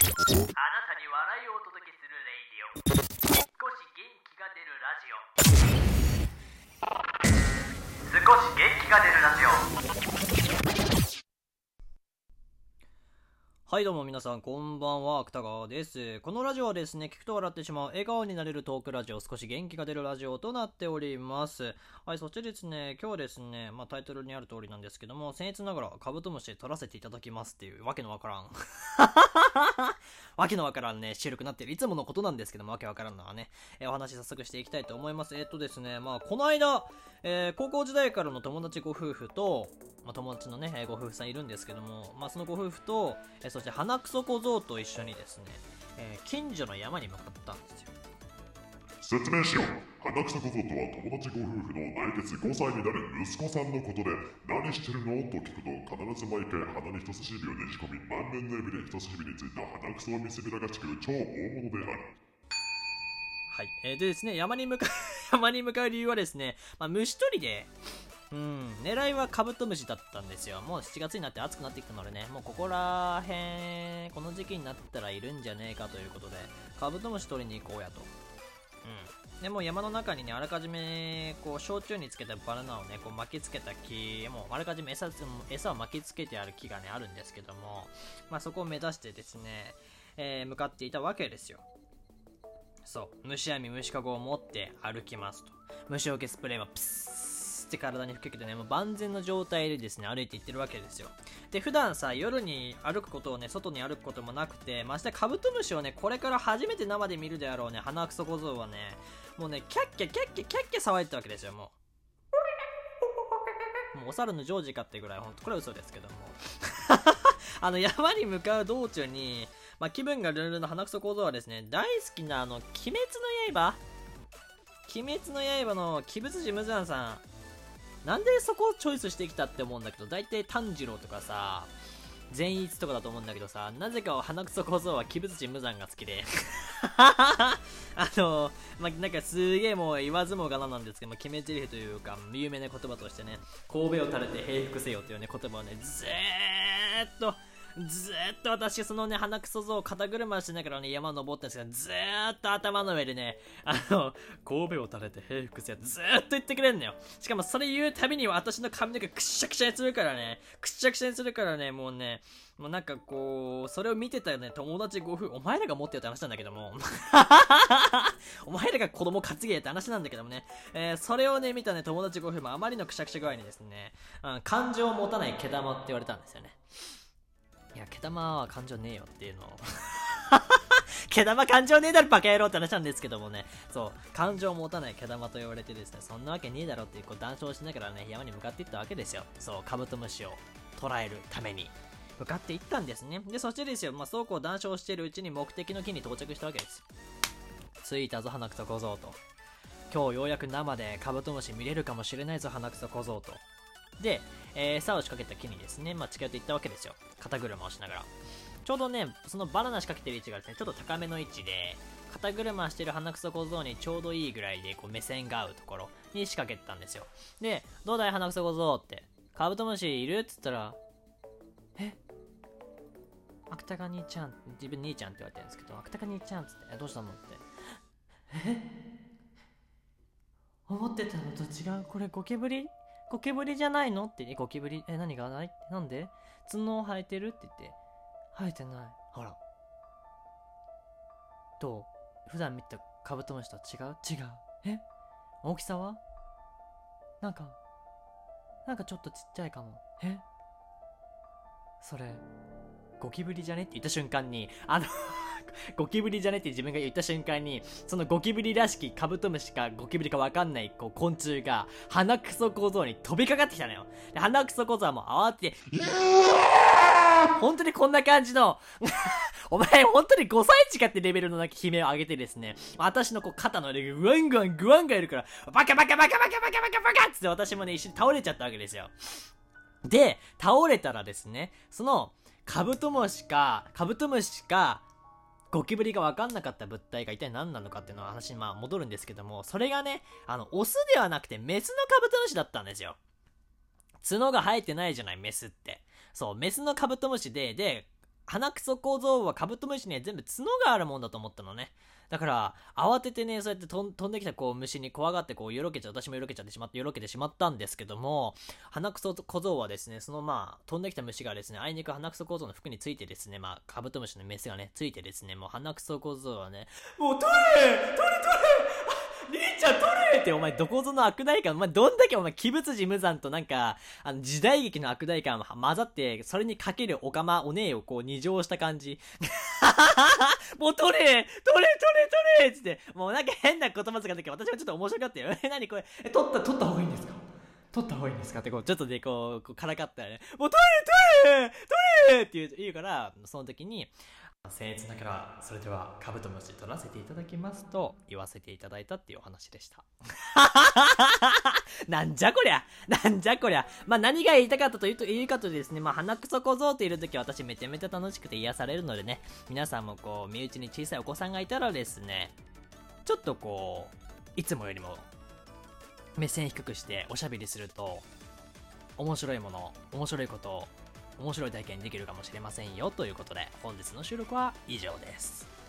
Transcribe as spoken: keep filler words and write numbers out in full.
あなたに笑いをお届けするレイディオ。少し元気が出るラジオ。少し元気が出るラジオ。はいどうも皆さんこんばんは、芥川です。このラジオはですね、聞くと笑ってしまう笑顔になれるトークラジオ、少し元気が出るラジオとなっております。はい、そしてですね、今日はですね、まあタイトルにある通りなんですけども、僭越ながらカブトムシ撮らせていただきますっていうわけのわからんわけのわからんね収録になっているいつものことなんですけども、わけわからんのはね、えー、お話早速していきたいと思います。えー、っとですねまあこの間、えー、高校時代からの友達ご夫婦と、まあ、友達のね、えー、ご夫婦さんいるんですけども、まあそのご夫婦と、えー、そして花くそ小僧と一緒にですね、えー、近所の山に向かったんですよ。 説明しよう。花草小僧とは友達ご夫婦の来月ごさいになる息子さんのことで、何してるのと聞くと必ず毎回鼻に人差し指をねじ込み、満面の指で人差し指についた鼻くそを見せびらがちくる超大物である。 はい、えー、でですね山に向かう山に向かう理由はですね、まあ、虫取りで、うん狙いはカブトムシだったんですよ。もうしちがつになって暑くなってきたのでね、もうここらへんこの時期になったらいるんじゃねえかということで、カブトムシ取りに行こうやと。うん、でも山の中にね、あらかじめこう焼酎につけたバナナをねこう巻きつけた木、もうあらかじめ 餌, 餌を巻きつけてある木がねあるんですけども、まあ、そこを目指してですね、えー、向かっていたわけですよ。そう、虫網虫かごを持って歩きますと。虫除けスプレーもプスって体に吹きかけてね、もう万全の状態でですね歩いていってるわけですよ。で普段さ、夜に歩くことをね、外に歩くこともなくて、ましてカブトムシをねこれから初めて生で見るであろうね花くそ小僧はね、もうねキャッキャキャッキャキャッキャ騒いでたわけですよ。もうもうお猿のジョージかってぐらい、ほんとこれは嘘ですけどもあの山に向かう道中に、まあ、気分がルンルンの花くそ小僧はですね、大好きなあの鬼滅の刃鬼滅の刃の鬼舞辻無惨さん、なんでそこをチョイスしてきたって思うんだけど、大体炭治郎とかさ善逸とかだと思うんだけどさ、なぜか花くそ小僧は鬼舞辻無惨が好きであのまあ、なんかすげえもう言わずもがななんですけども、決め台詞というか有名な言葉としてね、神戸を垂れて平服せよというね言葉をねずーっとずーっと私そのね鼻くそ像を肩車しながらね山登ったんですけど、ずーっと頭の上でね、あの神戸を垂れて平服せよずーっと言ってくれんのよ。しかもそれ言うたびに私の髪の毛くっしゃくしゃにするからねくっしゃくしゃにするからねもうねもうなんかこうそれを見てたよね友達ご夫婦、お前らが持ってよって話なんだけどもお前らが子供担げって話なんだけどもね、えー、それをね見たね友達ご夫婦もあまりのくしゃくしゃ具合にですね、うん、感情を持たない毛玉って言われたんですよね。いや毛玉は感情ねえよっていうのを毛玉感情ねえだろバカ野郎って話なんですけどもね、そう感情を持たない毛玉と言われてですね、そんなわけねえだろっていうこう談笑しながらね山に向かっていったわけですよ。そうカブトムシを捕らえるために向かっていったんですね。でそしてですよ、まあ、そうこう談笑しているうちに目的の木に到着したわけです。着いたぞ花くそ小僧と、今日ようやく生でカブトムシ見れるかもしれないぞ花くそ小僧と。で、えー、餌を仕掛けた木にですね、まあ、近寄っていったわけですよ。肩車をしながら。ちょうどね、そのバナナ仕掛けてる位置がですね、ちょっと高めの位置で、肩車してる花くそ小僧にちょうどいいぐらいでこう目線が合うところに仕掛けてたんですよ。で、どうだい花くそ小僧って、カブトムシいるっつったら、え芥川兄ちゃん、自分兄ちゃんって言われてるんですけど、芥川兄ちゃんっつって、えどうしたのって。え思ってたのと違う、これゴキブリゴキブリじゃないのって、え、ゴキブリえ、何がないなんで角生えてるって言って、生えてない。ほら。どう普段見たカブトムシと違う違う。え大きさはなんか、なんかちょっとちっちゃいかも。えそれ、ゴキブリじゃねって言った瞬間に、あのゴキブリじゃねって自分が言った瞬間に、そのゴキブリらしきカブトムシかゴキブリか分かんないこう昆虫が鼻くそ小僧に飛びかかってきたのよ。で鼻くそ小僧はもう慌てて本当にこんな感じのお前本当にごさい児かってレベルのなんか悲鳴を上げてですね、私のこう肩の上がグワングワングワンがいるからバカバカバカバカバカバカバカっつって私もね一緒に倒れちゃったわけですよ。で倒れたらですね、そのカブトムシかカブトムシかゴキブリが分かんなかった物体が一体何なのかっていうの話にまあ戻るんですけども、それがね、あのオスではなくてメスのカブトムシだったんですよ。角が生えてないじゃないメスって。そうメスのカブトムシでで鼻くそ小僧はカブトムシには全部角があるもんだと思ったのね。だから慌ててね、そうやって飛ん飛んできたこう虫に怖がってこうよろけちゃう、私もよろけちゃってしまってよろけてしまったんですけども、鼻くそ小僧はですね、そのまあ飛んできた虫がですね、あいにく鼻くそ小僧の服についてですね、まあカブトムシのメスがねついてですね、もう鼻くそ小僧はね、もう取れ取れ取れりんちゃん取れって、お前どこぞの悪代官、お前どんだけお前鬼物寺無惨となんかあの時代劇の悪代官混ざって、それにかけるおかまお姉をこう二乗した感じもう取れ取れ取れ取れっつって、もうなんか変な言葉使って、私もちょっと面白かったよえ、何これ、え、取った取った方がいいんですか、取った方がいいんですかってこうちょっとでこうこうからかったらね、もう取れ取れ取れって言う言うから、その時に僭越ながら、それではカブトムシ取らせていただきますと言わせていただいたっていうお話でしたなんじゃこりゃなんじゃこりゃ。まあ何が言いたかったというと、言うかとですね、まあ鼻くそ小僧っている時は私めちゃめちゃ楽しくて癒されるのでね、皆さんもこう身内に小さいお子さんがいたらですね、ちょっとこういつもよりも目線低くしておしゃべりすると面白いもの、面白いこと面白い体験できるかもしれませんよということで、本日の収録は以上です。